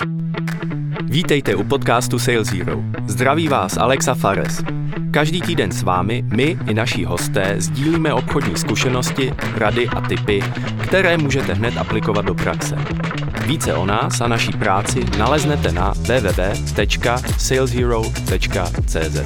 Vítejte u podcastu Sales Hero. Zdraví vás Alex a Fares. Každý týden s vámi my i naši hosté sdílíme obchodní zkušenosti, rady a tipy, které můžete hned aplikovat do praxe. Více o nás a naší práci naleznete na www.saleshero.cz.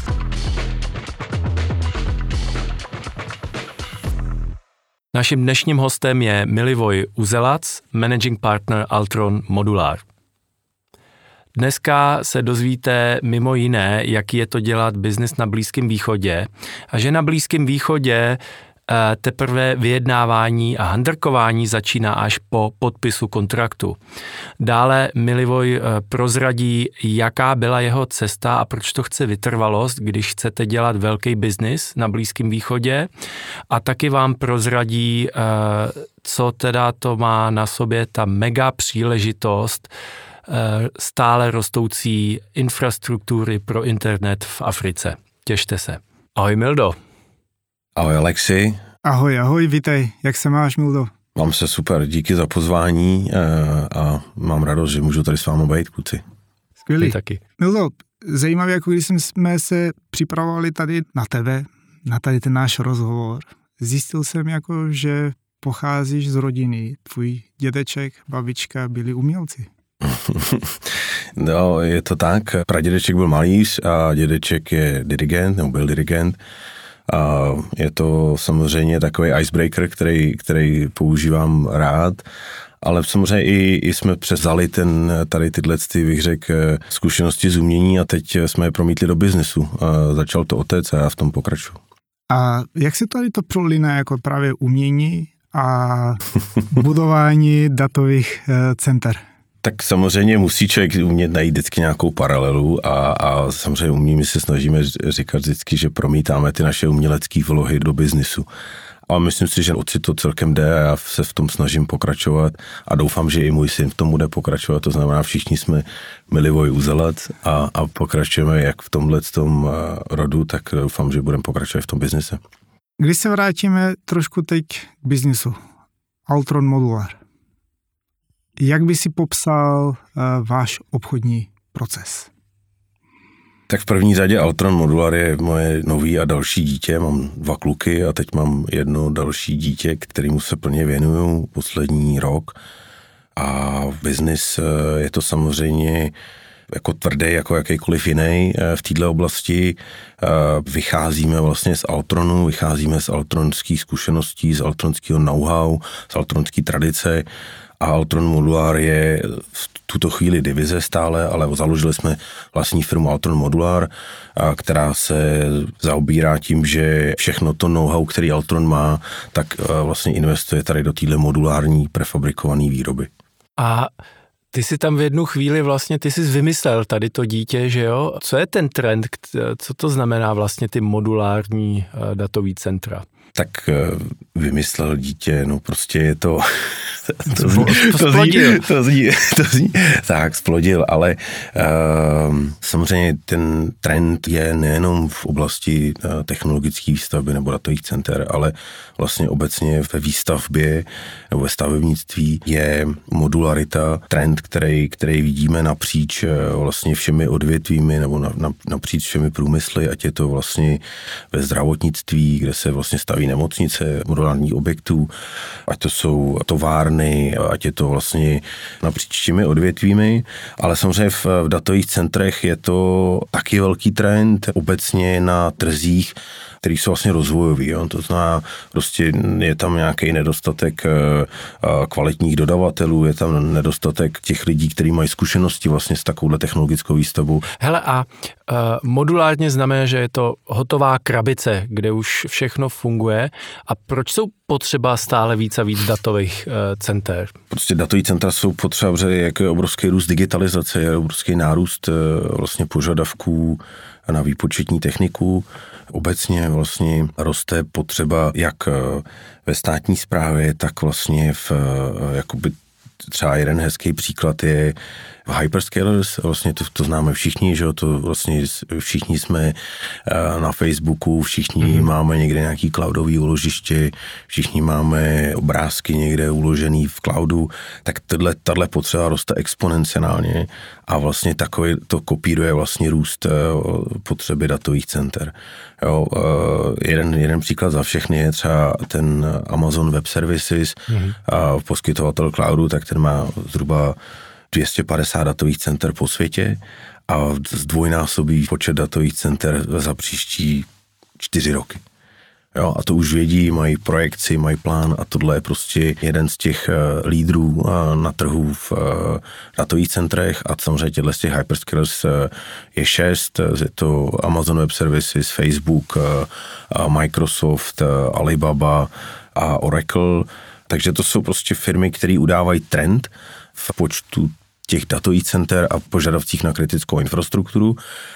Naším dnešním hostem je Milivoj Uzelac, Managing Partner Altron Modular. Dneska se dozvíte mimo jiné, jaký je to dělat biznis na Blízkém východě a že na Blízkém východě teprve vyjednávání a handrkování začíná až po podpisu kontraktu. Dále Milivoj prozradí, jaká byla jeho cesta a proč to chce vytrvalost, když chcete dělat velký biznis na Blízkém východě, a taky vám prozradí, co teda to má na sobě ta mega příležitost stále rostoucí infrastruktury pro internet v Africe. Těšte se. Ahoj Mildo. Ahoj Alexi. Ahoj, vítej. Jak se máš, Mildo? Mám se super, díky za pozvání a mám radost, že můžu tady s vámi být, kluci. Skvělý. Taky. Mildo, zajímavé, jako když jsme se připravovali tady na tebe, na tady ten náš rozhovor, zjistil jsem, jako, že pocházíš z rodiny. Tvůj dědeček, babička byli umělci. No, je to tak. Pradědeček byl malíř a dědeček je dirigent, nebo byl dirigent. A je to samozřejmě takový icebreaker, který používám rád, ale samozřejmě i jsme převzali tady tyhle, bych řekl, zkušenosti z umění a teď jsme je promítli do biznesu. A začal to otec a já v tom pokračuju. A jak se tady to prolíná jako právě umění a budování datových center? Tak samozřejmě musí člověk umět najít vždycky nějakou paralelu a samozřejmě my se snažíme říkat vždycky, že promítáme ty naše umělecké vlohy do biznisu. Ale myslím si, že otci to celkem jde a já se v tom snažím pokračovat a doufám, že i můj syn v tom bude pokračovat. To znamená, všichni jsme Milivoj Uzelac a pokračujeme jak v tomhletom rodu, tak doufám, že budeme pokračovat v tom biznise. Když se vrátíme trošku teď k biznisu, Altron Modular. Jak by si popsal váš obchodní proces? Tak v první řadě Altron Modular je moje nový a další dítě. Mám 2 kluky a teď mám jedno další dítě, kterému se plně věnuju poslední rok. A biznis je to samozřejmě jako tvrdý, jako jakýkoliv jiný v této oblasti. Vycházíme vlastně z Altronu, vycházíme z altronských zkušeností, z altronského know-how, z altronské tradice. A Altron Modular je v tuto chvíli divize stále, ale založili jsme vlastní firmu Altron Modular, která se zaobírá tím, že všechno to know-how, který Altron má, tak vlastně investuje tady do téhle modulární prefabrikované výroby. A ty si tam v jednu chvíli vlastně, ty jsi vymyslel tady to dítě, že jo? Co je ten trend, co to znamená vlastně ty modulární datový centra? Tak vymyslel dítě, no prostě je to... To zní, tak splodil, ale samozřejmě ten trend je nejenom v oblasti technologické výstavby nebo datových center, ale vlastně obecně ve výstavbě nebo ve stavebnictví je modularita trend, který vidíme napříč vlastně všemi odvětvími nebo napříč všemi průmysly, ať je to vlastně ve zdravotnictví, kde se vlastně staví nemocnice, modulárních objektů, ať to jsou továrny, ať je to vlastně napříč těmi odvětvími, ale samozřejmě v datových centrech je to taky velký trend, obecně na trzích, který jsou vlastně rozvojový. Jo? To znamená, prostě je tam nějaký nedostatek kvalitních dodavatelů, je tam nedostatek těch lidí, kteří mají zkušenosti vlastně s takovouhle technologickou výstavbou. Hele, a modulárně znamená, že je to hotová krabice, kde už všechno funguje. A proč jsou potřeba stále víc a víc datových center? Prostě datový centra jsou potřeba, protože jak je obrovský růst digitalizace, je obrovský nárůst vlastně požadavků na výpočetní techniku. Obecně vlastně roste potřeba jak ve státní správě, tak vlastně v jakoby třeba jeden hezký příklad je hyperscalers, vlastně to známe všichni, že jo, to vlastně všichni jsme na Facebooku, všichni máme někde nějaký cloudový úložiště, všichni máme obrázky někde uložený v cloudu, tak tahle potřeba roste exponenciálně a vlastně takový to kopíruje vlastně růst potřeby datových center. Jo, jeden příklad za všechny je třeba ten Amazon Web Services, poskytovatel cloudu, tak ten má zhruba 250 datových center po světě a zdvojnásobí počet datových center za příští 4 roky. Jo, a to už vědí, mají projekci, mají plán a tohle je prostě jeden z těch lídrů na trhu v datových centrech a samozřejmě těchto z těch hyperscalers je 6, je to Amazon Web Services, Facebook, Microsoft, Alibaba a Oracle, takže to jsou prostě firmy, které udávají trend v počtu těch datových center a požadavcích na kritickou infrastrukturu.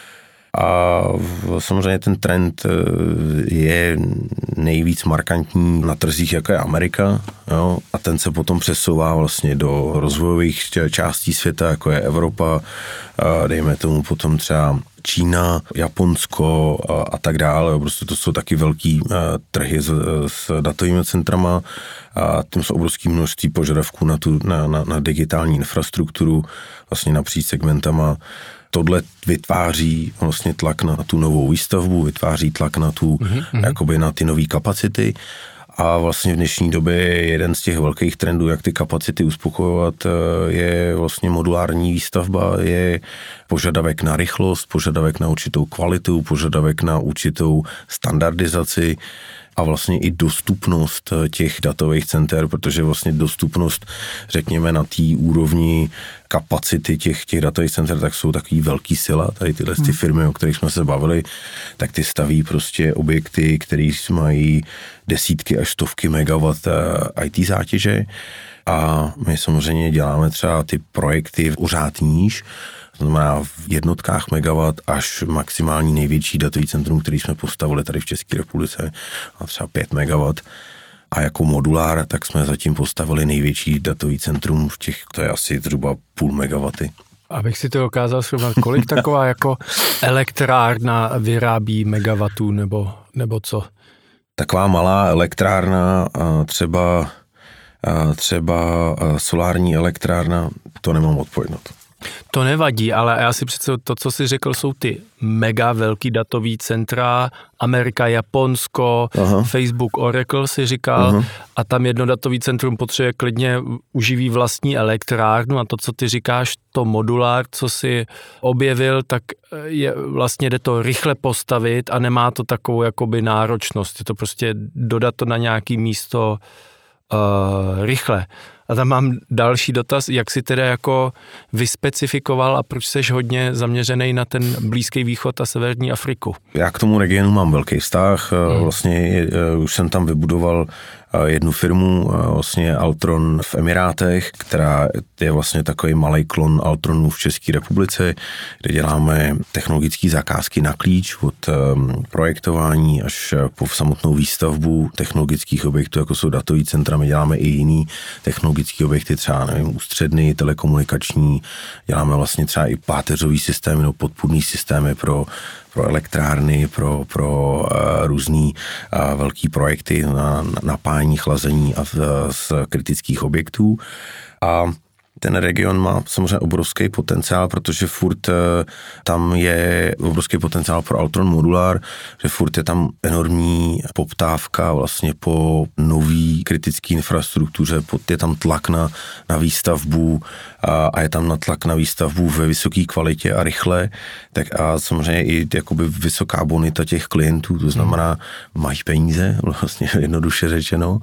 A samozřejmě ten trend je nejvíc markantní na trzích, jako je Amerika, jo? A ten se potom přesouvá vlastně do rozvojových částí světa, jako je Evropa, dejme tomu potom třeba Čína, Japonsko a tak dále. Prostě to jsou taky velký trhy s datovými centrama a tím jsou obrovské množství požadavků na digitální infrastrukturu, vlastně napříč segmentama. Tohle vytváří vlastně tlak na tu novou výstavbu, vytváří tlak na jakoby na ty nové kapacity a vlastně v dnešní době jeden z těch velkých trendů, jak ty kapacity uspokojovat, je vlastně modulární výstavba, je požadavek na rychlost, požadavek na určitou kvalitu, požadavek na určitou standardizaci a vlastně i dostupnost těch datových center, protože vlastně dostupnost, řekněme, na té úrovni kapacity těch datových center, tak jsou takový velký sila. Tady tyhle ty firmy, o kterých jsme se bavili, tak ty staví prostě objekty, které mají desítky až stovky megawatt IT zátěže a my samozřejmě děláme třeba ty projekty v řád níž, to znamená v jednotkách megawatt až maximální největší datový centrum, který jsme postavili tady v České republice, a třeba 5 megawatt. A jako modulár, tak jsme zatím postavili největší datový centrum v těch, to je asi zhruba 0,5 megawaty. Abych si to dokázal srovnat, kolik taková jako elektrárna vyrábí megawatů nebo co? Taková malá elektrárna, třeba solární elektrárna, to nemám odpověď na to. To nevadí, ale já si přece to, co jsi řekl, jsou ty mega velký datový centra, Amerika, Japonsko, Facebook, Oracle si říkal a tam jedno datový centrum potřebuje klidně uživí vlastní elektrárnu a to, co ty říkáš, to modulár, co si objevil, tak je vlastně jde to rychle postavit a nemá to takovou jakoby náročnost, je to prostě dodat to na nějaký místo rychle. A tam mám další dotaz, jak si teda jako vyspecifikoval a proč seš hodně zaměřený na ten Blízký východ a Severní Afriku? Já k tomu regionu mám velký vztah, vlastně už jsem tam vybudoval jednu firmu, vlastně Altron v Emirátech, která je vlastně takový malej klon Altronu v České republice, kde děláme technologické zakázky na klíč od projektování až po samotnou výstavbu technologických objektů, jako jsou datový centra. My děláme i jiný technologické objekty, třeba nevím, ústředny, telekomunikační, děláme vlastně třeba i páteřový systémy nebo podpůrný systémy pro elektrárny, pro různý velký projekty na napájení, chlazení a z kritických objektů. A ten region má samozřejmě obrovský potenciál, protože furt tam je obrovský potenciál pro Altron Modular, že furt je tam enormní poptávka vlastně po nový kritické infrastruktuře, je tam tlak na výstavbu a je tam tlak na výstavbu ve vysoké kvalitě a rychle, tak a samozřejmě i jakoby vysoká bonita těch klientů, to znamená, mají peníze, vlastně jednoduše řečeno,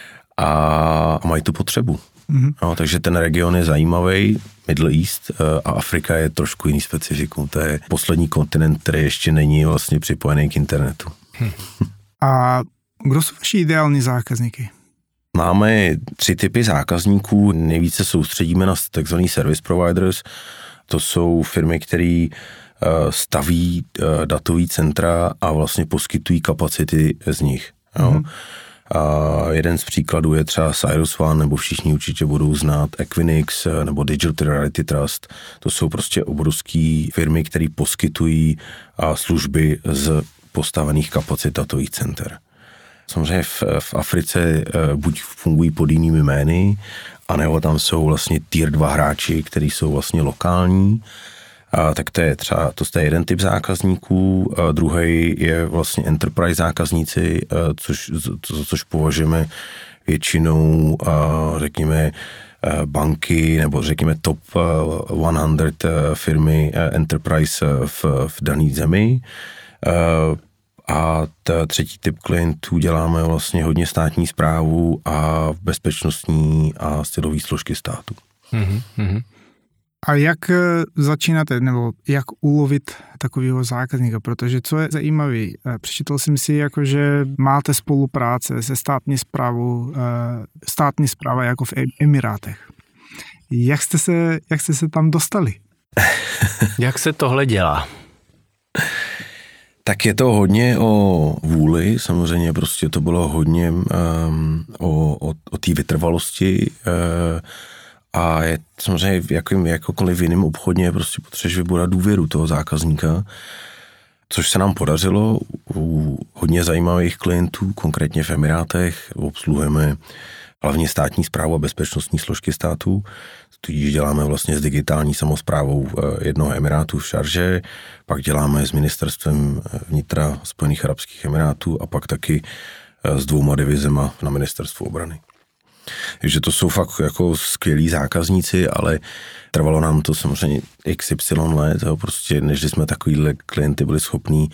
a mají tu potřebu. No, takže ten region je zajímavý, Middle East a Afrika je trošku jiný specifikum. To je poslední kontinent, který ještě není vlastně připojený k internetu. A kdo jsou vaši ideální zákazníky? Máme 3 typy zákazníků. Nejvíce soustředíme na takzvaný service providers. To jsou firmy, které staví datový centra a vlastně poskytují kapacity z nich. Jo. A jeden z příkladů je třeba Cyrus One, nebo všichni určitě budou znát Equinix nebo Digital Reality Trust. To jsou prostě obrovské firmy, které poskytují služby z postavených kapacit datových center. Samozřejmě v Africe buď fungují pod jinými jmény, anebo tam jsou vlastně tier 2 hráči, kteří jsou vlastně lokální. Tak to je třeba to je jeden typ zákazníků, druhý je vlastně enterprise zákazníci, což považujeme většinou, řekněme, banky nebo řekněme top 100 firmy enterprise v dané zemi. A třetí typ klientů děláme vlastně hodně státní správu a bezpečnostní a stylové složky státu. Mm-hmm. A jak začínáte, nebo jak ulovit takového zákazníka? Protože co je zajímavé, přečetl jsem si, jako, že máte spolupráce se státní správou, státní správa jako v Emirátech. Jak jste se tam dostali? Jak se tohle dělá? Tak je to hodně o vůli, samozřejmě prostě to bylo hodně o té vytrvalosti a je samozřejmě jakokoliv v jiném obchodně prostě potřebuješ vybudovat důvěru toho zákazníka, což se nám podařilo u hodně zajímavých klientů, konkrétně v Emirátech, obsluhujeme hlavně státní správu a bezpečnostní složky státu, tudíž děláme vlastně s digitální samosprávou jednoho Emirátu v Šarže, pak děláme s ministerstvem vnitra Spojených arabských Emirátů a pak taky s 2 divizema na ministerstvu obrany. Takže to jsou fakt jako skvělí zákazníci, ale trvalo nám to samozřejmě XY let, prostě než jsme takovýhle klienty byli schopní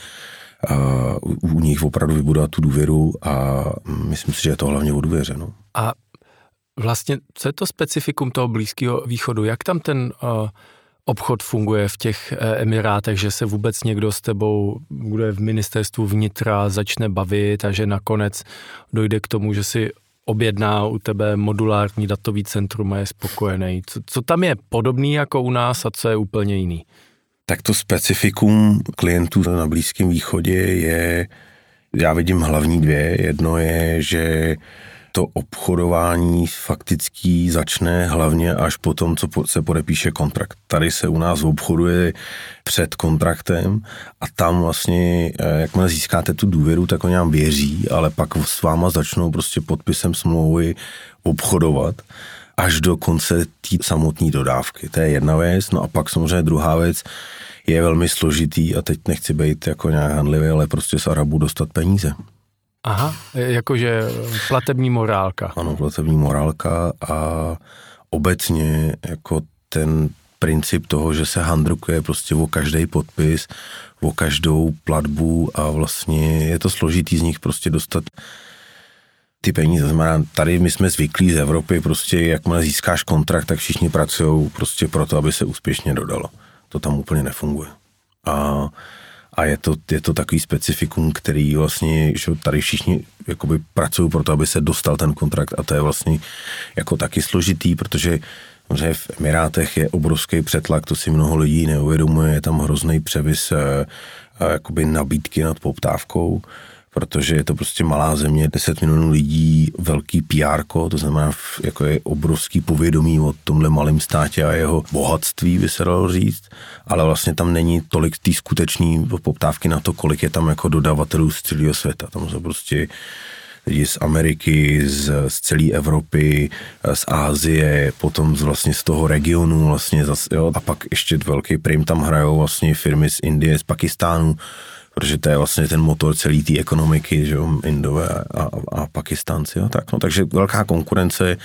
u nich opravdu vybudovat tu důvěru a myslím si, že je to hlavně o důvěře. No. A vlastně, co je to specifikum toho Blízkého východu? Jak tam ten obchod funguje v těch Emirátech, že se vůbec někdo s tebou bude v ministerstvu vnitra začne bavit a že nakonec dojde k tomu, že si objedná u tebe modulární datový centrum a je spokojený. Co tam je podobný jako u nás a co je úplně jiný? Tak to specifikum klientů na Blízkém východě je, já vidím hlavní 2. Jedno je, že to obchodování fakticky začne hlavně až po tom, co se podepíše kontrakt. Tady se u nás obchoduje před kontraktem a tam vlastně, jakmile získáte tu důvěru, tak oni vám věří, ale pak s váma začnou prostě podpisem smlouvy obchodovat až do konce té samotné dodávky. To je jedna věc. No a pak samozřejmě druhá věc je velmi složitý a teď nechci být jako nějak handlivý, ale prostě z Arabů dostat peníze. Aha, jakože platební morálka. Ano, platební morálka a obecně jako ten princip toho, že se handrukuje prostě o každý podpis, o každou platbu a vlastně je to složitý z nich prostě dostat ty peníze. Znamená, tady my jsme zvyklí z Evropy, prostě jakmile získáš kontrakt, tak všichni pracují prostě proto, aby se úspěšně dodalo. To tam úplně nefunguje. A je to takový specifikum, který vlastně, že tady všichni jakoby pracují pro to, aby se dostal ten kontrakt a to je vlastně jako taky složitý, protože v Emirátech je obrovský přetlak, to si mnoho lidí neuvědomuje, je tam hrozný převis jakoby nabídky nad poptávkou, protože je to prostě malá země, 10 milionů lidí, velký PR-ko, to znamená, jako je obrovský povědomí o tomhle malém státě a jeho bohatství, by se dalo říct, ale vlastně tam není tolik té skutečné poptávky na to, kolik je tam jako dodavatelů z celého světa. Tam jsou prostě lidi z Ameriky, z celé Evropy, z Asie, potom vlastně z toho regionu vlastně zase, jo, a pak ještě velký prim tam hrajou vlastně firmy z Indie, z Pakistánu, protože to je vlastně ten motor celé té ekonomiky, že jo, Indové a Pakistánci, jo, tak, no, takže velká konkurence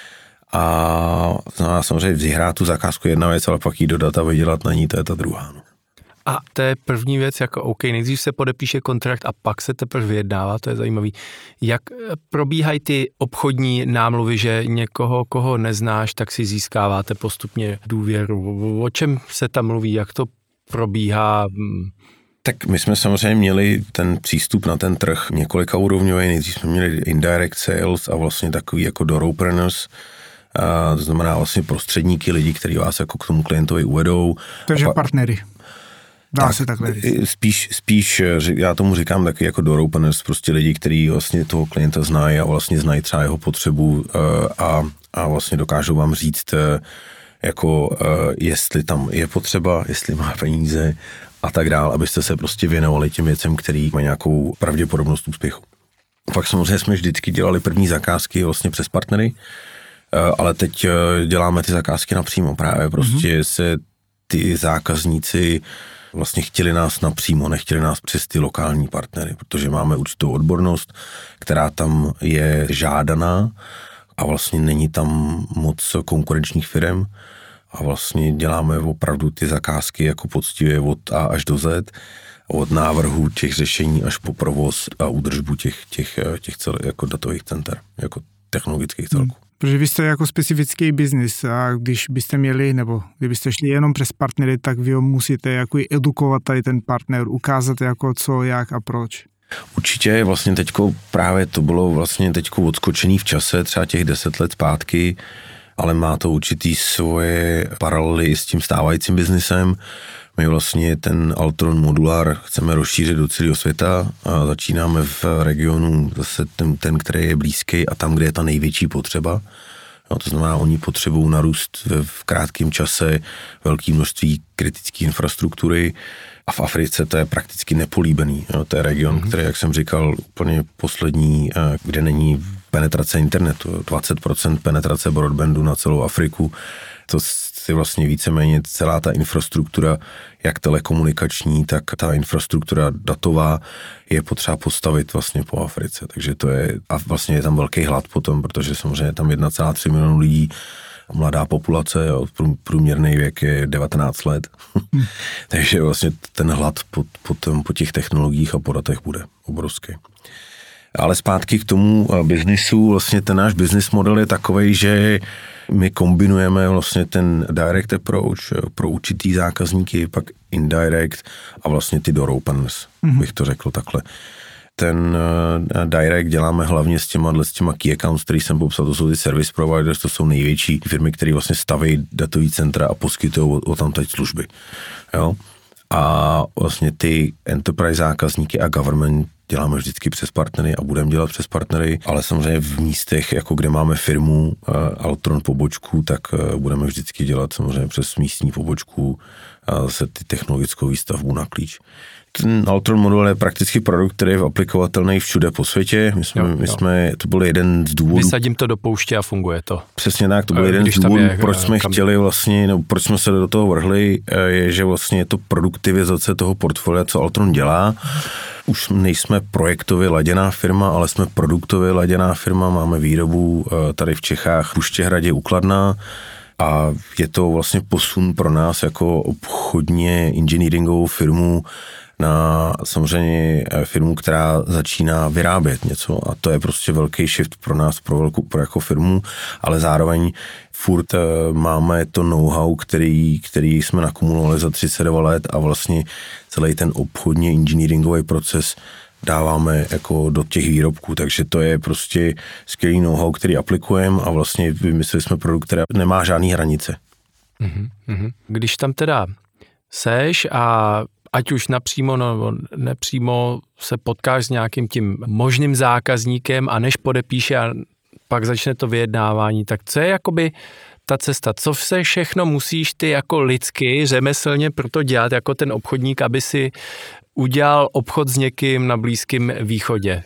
a samozřejmě vyhrát tu zakázku jedna věc, ale pak jí dodat a vydělat na ní, to je ta druhá, no. A to je první věc, jako OK, nejdřív se podepíše kontrakt a pak se teprve vyjednává, to je zajímavý. Jak probíhají ty obchodní námluvy, že někoho, koho neznáš, tak si získáváte postupně důvěru? O čem se tam mluví, jak to probíhá? Tak my jsme samozřejmě měli ten přístup na ten trh několika úrovňový, nejdřív jsme měli indirect sales a vlastně takový jako dooropreneurs, to znamená vlastně prostředníky, lidi, kteří vás jako k tomu klientovi uvedou. Takže partnery. Dá se takhle říct. Spíš, já tomu říkám taky jako door openers, prostě lidi, kteří vlastně toho klienta znají a vlastně znají třeba jeho potřebu a vlastně dokážou vám říct, jako jestli tam je potřeba, jestli má peníze a tak dál, abyste se prostě věnovali těm věcem, který mají nějakou pravděpodobnost úspěchu. Pak samozřejmě jsme vždycky dělali první zakázky vlastně přes partnery, ale teď děláme ty zakázky napřímo. Právě prostě se ty zákazníci vlastně chtěli nás napřímo, nechtěli nás přes ty lokální partnery, protože máme určitou odbornost, která tam je žádaná a vlastně není tam moc konkurenčních firem a vlastně děláme opravdu ty zakázky jako poctivě od A až do Z, od návrhu těch řešení až po provoz a údržbu těch jako datových center, jako technologických celků. Protože vy jste jako specifický biznis a když byste měli, nebo kdybyste šli jenom přes partnery, tak vy ho musíte jako edukovat tady ten partner, ukázat jako co, jak a proč. Určitě vlastně teďko právě to bylo vlastně teďko odskočený v čase, třeba těch 10 let zpátky, ale má to určitý svoje paralely s tím stávajícím biznisem. My vlastně ten Altron Modular chceme rozšířit do celého světa a začínáme v regionu zase ten, který je blízký a tam, kde je ta největší potřeba. No, to znamená, oni potřebují narůst v krátkém čase velké množství kritické infrastruktury a v Africe to je prakticky nepolíbený. No, to je region, který, jak jsem říkal, úplně poslední, kde není penetrace internetu. 20% penetrace broadbandu na celou Afriku. To je vlastně víceméně celá ta infrastruktura, jak telekomunikační, tak ta infrastruktura datová je potřeba postavit vlastně po Africe. Takže to je, a vlastně je tam velký hlad potom, protože samozřejmě je tam 1,3 milionu lidí, mladá populace, průměrný věk je 19 let. Takže vlastně ten hlad po těch technologiích a po datech bude obrovský. Ale zpátky k tomu biznisu, vlastně ten náš business model je takovej, že my kombinujeme vlastně ten direct approach pro určitý zákazníky, pak indirect a vlastně ty door openers, bych to řekl takhle. Ten direct děláme hlavně s těma key accounts, který jsem popsal, to jsou ty service providers, to jsou největší firmy, které vlastně staví datový centra a poskytují odtamtud služby. Jo? A vlastně ty enterprise zákazníky a government děláme vždycky přes partnery a budeme dělat přes partnery, ale samozřejmě v místech, jako kde máme firmu Altron pobočku, tak budeme vždycky dělat samozřejmě přes místní pobočku a zase ty technologickou výstavbu na klíč. Ten Altron modul je prakticky produkt, který je aplikovatelný všude po světě. My jsme, to byl jeden z důvodů. Vysadím to do pouště a funguje to. Přesně tak, to byl jeden z důvodů, proč jsme chtěli vlastně, nebo proč jsme se do toho vrhli, je, že vlastně je to produktivizace toho portfolia, co Altron dělá. Už nejsme projektově laděná firma, ale jsme produktově laděná firma, máme výrobu tady v Čechách, v Puštěhradě u Kladna a je to vlastně posun pro nás jako obchodně engineeringovou firmu na samozřejmě firmu, která začíná vyrábět něco a to je prostě velký shift pro nás, pro jako firmu, ale zároveň furt máme to know-how, který jsme nakumulovali za 32 let a vlastně celý ten obchodně engineeringový proces dáváme jako do těch výrobků, takže to je prostě skvělý know-how, který aplikujeme a vlastně vymysleli jsme produkt, který nemá žádný hranice. Když tam teda seš a ať už napřímo nebo nepřímo se potkáš s nějakým tím možným zákazníkem a než podepíše a pak začne to vyjednávání, tak co je jakoby ta cesta? Co se všechno musíš ty jako lidsky, řemeslně proto dělat jako ten obchodník, aby si udělal obchod s někým na Blízkém východě?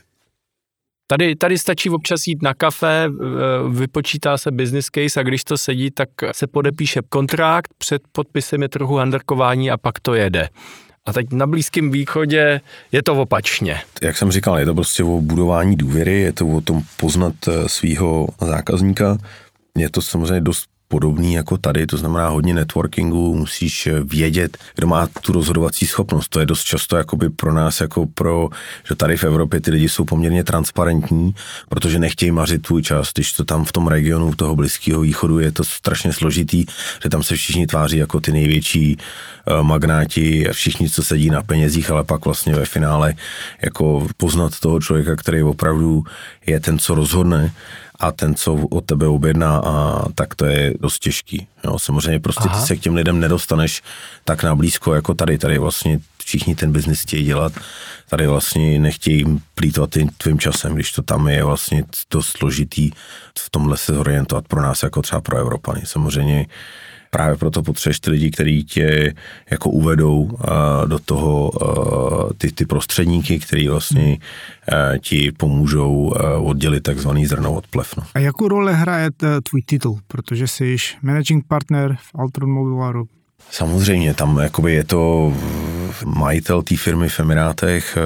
Tady stačí občas jít na kafe, vypočítá se business case a když to sedí, tak se podepíše kontrakt, před podpisem je trochu handrkování a pak to jede. A teď na Blízkém východě je to opačně. Jak jsem říkal, je to prostě o budování důvěry, je to o tom poznat svýho zákazníka. Je to samozřejmě dost podobný jako tady, to znamená hodně networkingu, musíš vědět, kdo má tu rozhodovací schopnost. To je dost často jakoby pro nás, že tady v Evropě ty lidi jsou poměrně transparentní, protože nechtějí mařit tvůj čas, když to tam v tom regionu toho Blízkého východu je to strašně složitý, že tam se všichni tváří jako ty největší magnáti, všichni, co sedí na penězích, ale pak vlastně ve finále jako poznat toho člověka, který opravdu je ten, co rozhodne. a ten, co od tebe objedná, a tak to je dost těžký. Jo, samozřejmě prostě ty se k těm lidem nedostaneš tak nablízko jako tady. Tady vlastně všichni ten biznis chtějí dělat, tady vlastně nechtějí plýtvat tvým časem, když to tam je vlastně dost složitý v tomhle se zorientovat pro nás, jako třeba pro Evropany. Samozřejmě právě proto potřebuješ ty lidi, kteří tě jako uvedou do toho ty prostředníky, který vlastně ti pomůžou oddělit takzvaný zrno od plev. No. A jakou roli hraje tvůj titul? Protože jsi managing partner v Altron Modularu. Samozřejmě, tam jakoby je to majitel té firmy v Emirátech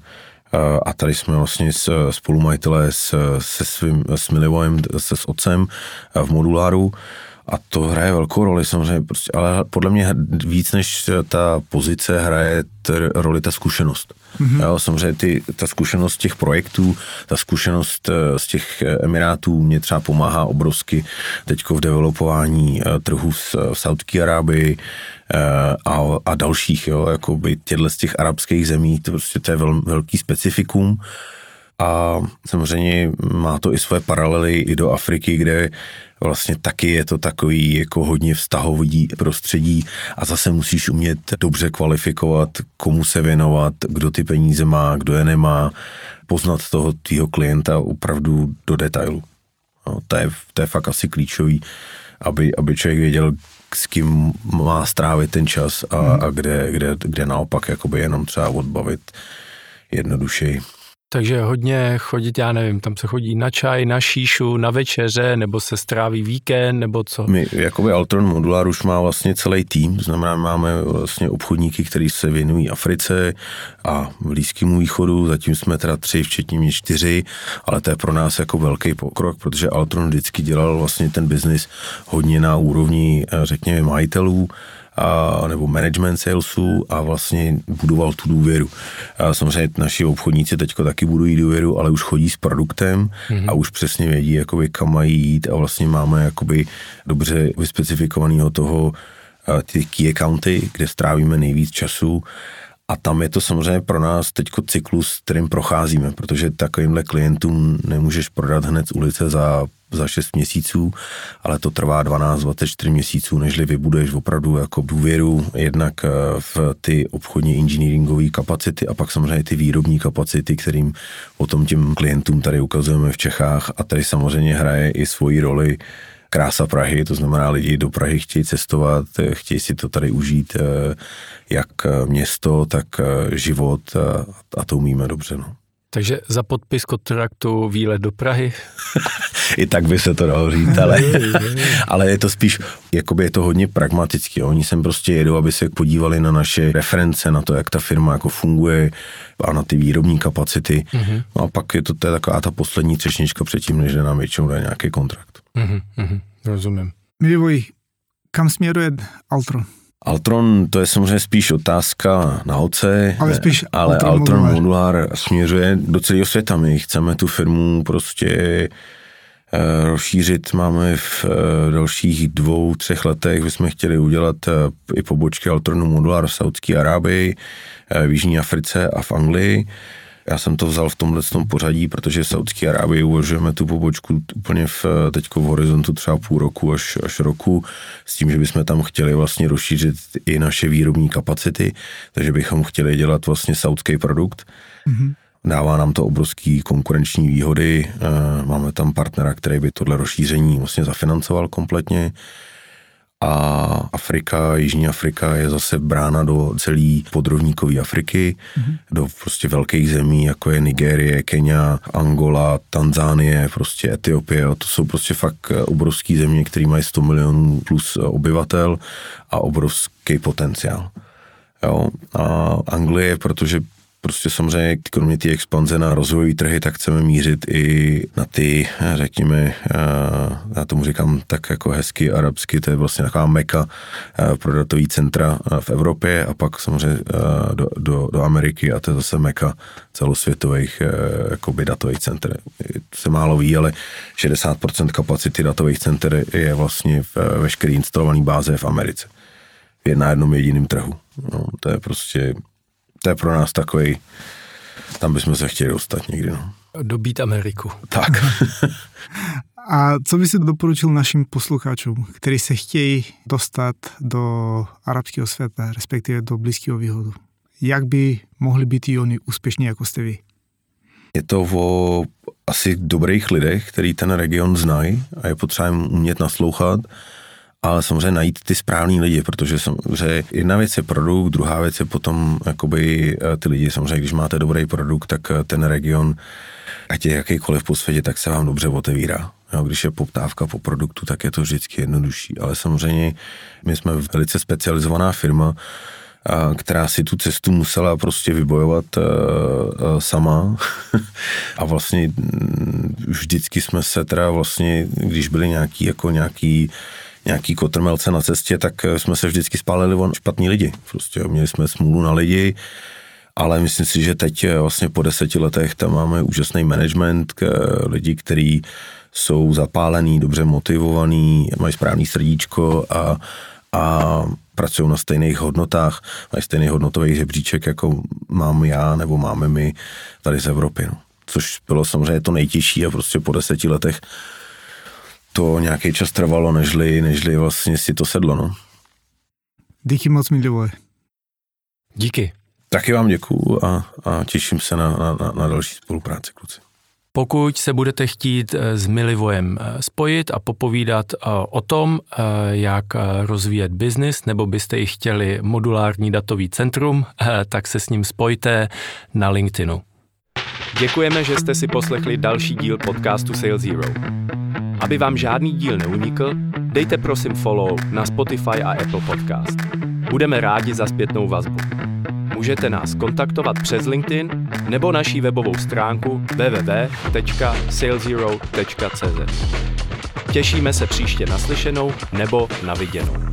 a tady jsme vlastně spolumajitelé s Milivojem, s otcem v Modularu. A to hraje velkou roli samozřejmě, prostě, ale podle mě víc než ta pozice hraje roli ta zkušenost. Mm-hmm. Jo, samozřejmě ta zkušenost těch projektů, ta zkušenost z těch Emirátů mě třeba pomáhá obrovsky teďko v developování trhů v Saudské Arábii a dalších, jo, jakoby těchto z těch arabských zemí, to je velký specifikum. A samozřejmě má to i své paralely i do Afriky, kde vlastně taky je to takový jako hodně vztahový prostředí a zase musíš umět dobře kvalifikovat, komu se věnovat, kdo ty peníze má, kdo je nemá, poznat toho tvýho klienta opravdu do detailu. No, to je fakt asi klíčový, aby člověk věděl, s kým má strávit ten čas a kde naopak jakoby jenom třeba odbavit jednodušeji. Takže hodně chodit, já nevím, tam se chodí na čaj, na šíšu, na večeře, nebo se stráví víkend, nebo co? My, jakoby Altron Modular už má vlastně celý tým, to znamená, máme vlastně obchodníky, kteří se věnují Africe a Blízkému východu, zatím jsme teda 3, včetně mě 4, ale to je pro nás jako velký pokrok, protože Altron vždycky dělal vlastně ten biznis hodně na úrovni, řekněme, majitelů, nebo management salesů a vlastně budoval tu důvěru. A samozřejmě naši obchodníci teďko taky budují důvěru, ale už chodí s produktem a už přesně vědí, jakoby, kam mají jít a vlastně máme jakoby dobře vyspecifikovaného toho ty key accounty, kde strávíme nejvíc času. A tam je to samozřejmě pro nás teďko cyklus, kterým procházíme, protože takovýmhle klientům nemůžeš prodat hned z ulice za 6 měsíců, ale to trvá 12-24 měsíců, nežli vybuduješ opravdu jako důvěru jednak v ty obchodně engineeringové kapacity a pak samozřejmě ty výrobní kapacity, kterým potom těm klientům tady ukazujeme v Čechách a tady samozřejmě hraje i svoji roli krása Prahy, to znamená lidi do Prahy chtějí cestovat, chtějí si to tady užít, jak město, tak život a to umíme dobře. No. Takže za podpis kontraktu výlet do Prahy? I tak by se to dalo říct, ale je to spíš, jakoby je to hodně pragmatický. Oni sem prostě jedou, aby se podívali na naše reference, na to, jak ta firma jako funguje a na ty výrobní kapacity. Mm-hmm. No a pak je to taková ta poslední třešnička předtím, než nám většinou dá nějaký kontrakt. Mm-hmm. Rozumím. Milivoj, kam směruje Altron? Altron, to je samozřejmě spíš otázka na oce, ale Altron Modular směřuje do celého světa. My chceme tu firmu prostě rozšířit. Máme v dalších 2-3 letech, bychom chtěli udělat i pobočky Altronu Modular v Saudské Arábii, v Jižní Africe a v Anglii. Já jsem to vzal v tomhle pořadí, protože v Saudské Arábii uvažujeme tu pobočku úplně teďko v horizontu třeba půl roku až roku, s tím, že bychom tam chtěli vlastně rozšířit i naše výrobní kapacity, takže bychom chtěli dělat vlastně saudský produkt. Mm-hmm. Dává nám to obrovský konkurenční výhody, máme tam partnera, který by tohle rozšíření vlastně zafinancoval kompletně. A Afrika, Jižní Afrika je zase brána do celé podrovníkové Afriky, do prostě velkých zemí, jako je Nigérie, Kenia, Angola, Tanzánie, prostě Etiopie. To jsou prostě fakt obrovské země, které mají 100 milionů plus obyvatel a obrovský potenciál. Jo. A Anglie, protože prostě samozřejmě kromě té expanze na rozvojové trhy, tak chceme mířit i na ty, řekněme, já tomu říkám tak jako hezky arabsky, to je vlastně taková meka pro datový centra v Evropě a pak samozřejmě do Ameriky a to je zase meka celosvětových jakoby datových center. To se málo ví, ale 60% kapacity datových center je vlastně v veškerý instalovaný báze v Americe. Na jednom jediném trhu. No, to je pro nás takový, tam bychom se chtěli dostat někdy. No. Dobít Ameriku. Tak. A co by si doporučil našim posluchačům, kteří se chtějí dostat do arabského světa, respektive do Blízkého východu? Jak by mohli být i oni úspěšní, jako jste vy? Je to o asi dobrých lidech, který ten region znají a je potřeba jim umět naslouchat, ale samozřejmě najít ty správný lidi, protože samozřejmě jedna věc je produkt, druhá věc je potom jakoby ty lidi, samozřejmě když máte dobrý produkt, tak ten region, ať je jakýkoliv po světě, tak se vám dobře otevírá. Jo, když je poptávka po produktu, tak je to vždycky jednodušší, ale samozřejmě my jsme velice specializovaná firma, která si tu cestu musela prostě vybojovat sama a vlastně vždycky jsme se teda vlastně, když byli nějaký kotrmelce na cestě, tak jsme se vždycky spálili o špatní lidi. Prostě měli jsme smůlu na lidi, ale myslím si, že teď vlastně po 10 letech tam máme úžasný management, lidi, kteří jsou zapálení, dobře motivovaní, mají správný srdíčko a pracují na stejných hodnotách, mají stejný hodnotový žebříček, jako mám já nebo máme my tady z Evropy. No. Což bylo samozřejmě to nejtěžší a prostě po 10 letech to nějaký čas trvalo, nežli vlastně si to sedlo. No. Díky moc, Milivoje. Díky. Taky vám děkuju a těším se na další spolupráci, kluci. Pokud se budete chtít s Milivojem spojit a popovídat o tom, jak rozvíjet biznis, nebo byste i chtěli modulární datový centrum, tak se s ním spojte na LinkedInu. Děkujeme, že jste si poslechli další díl podcastu Sales Hero. Aby vám žádný díl neunikl, dejte prosím follow na Spotify a Apple Podcast. Budeme rádi za zpětnou vazbu. Můžete nás kontaktovat přes LinkedIn nebo naší webovou stránku www.saleshero.cz. Těšíme se příště naslyšenou nebo na viděnou.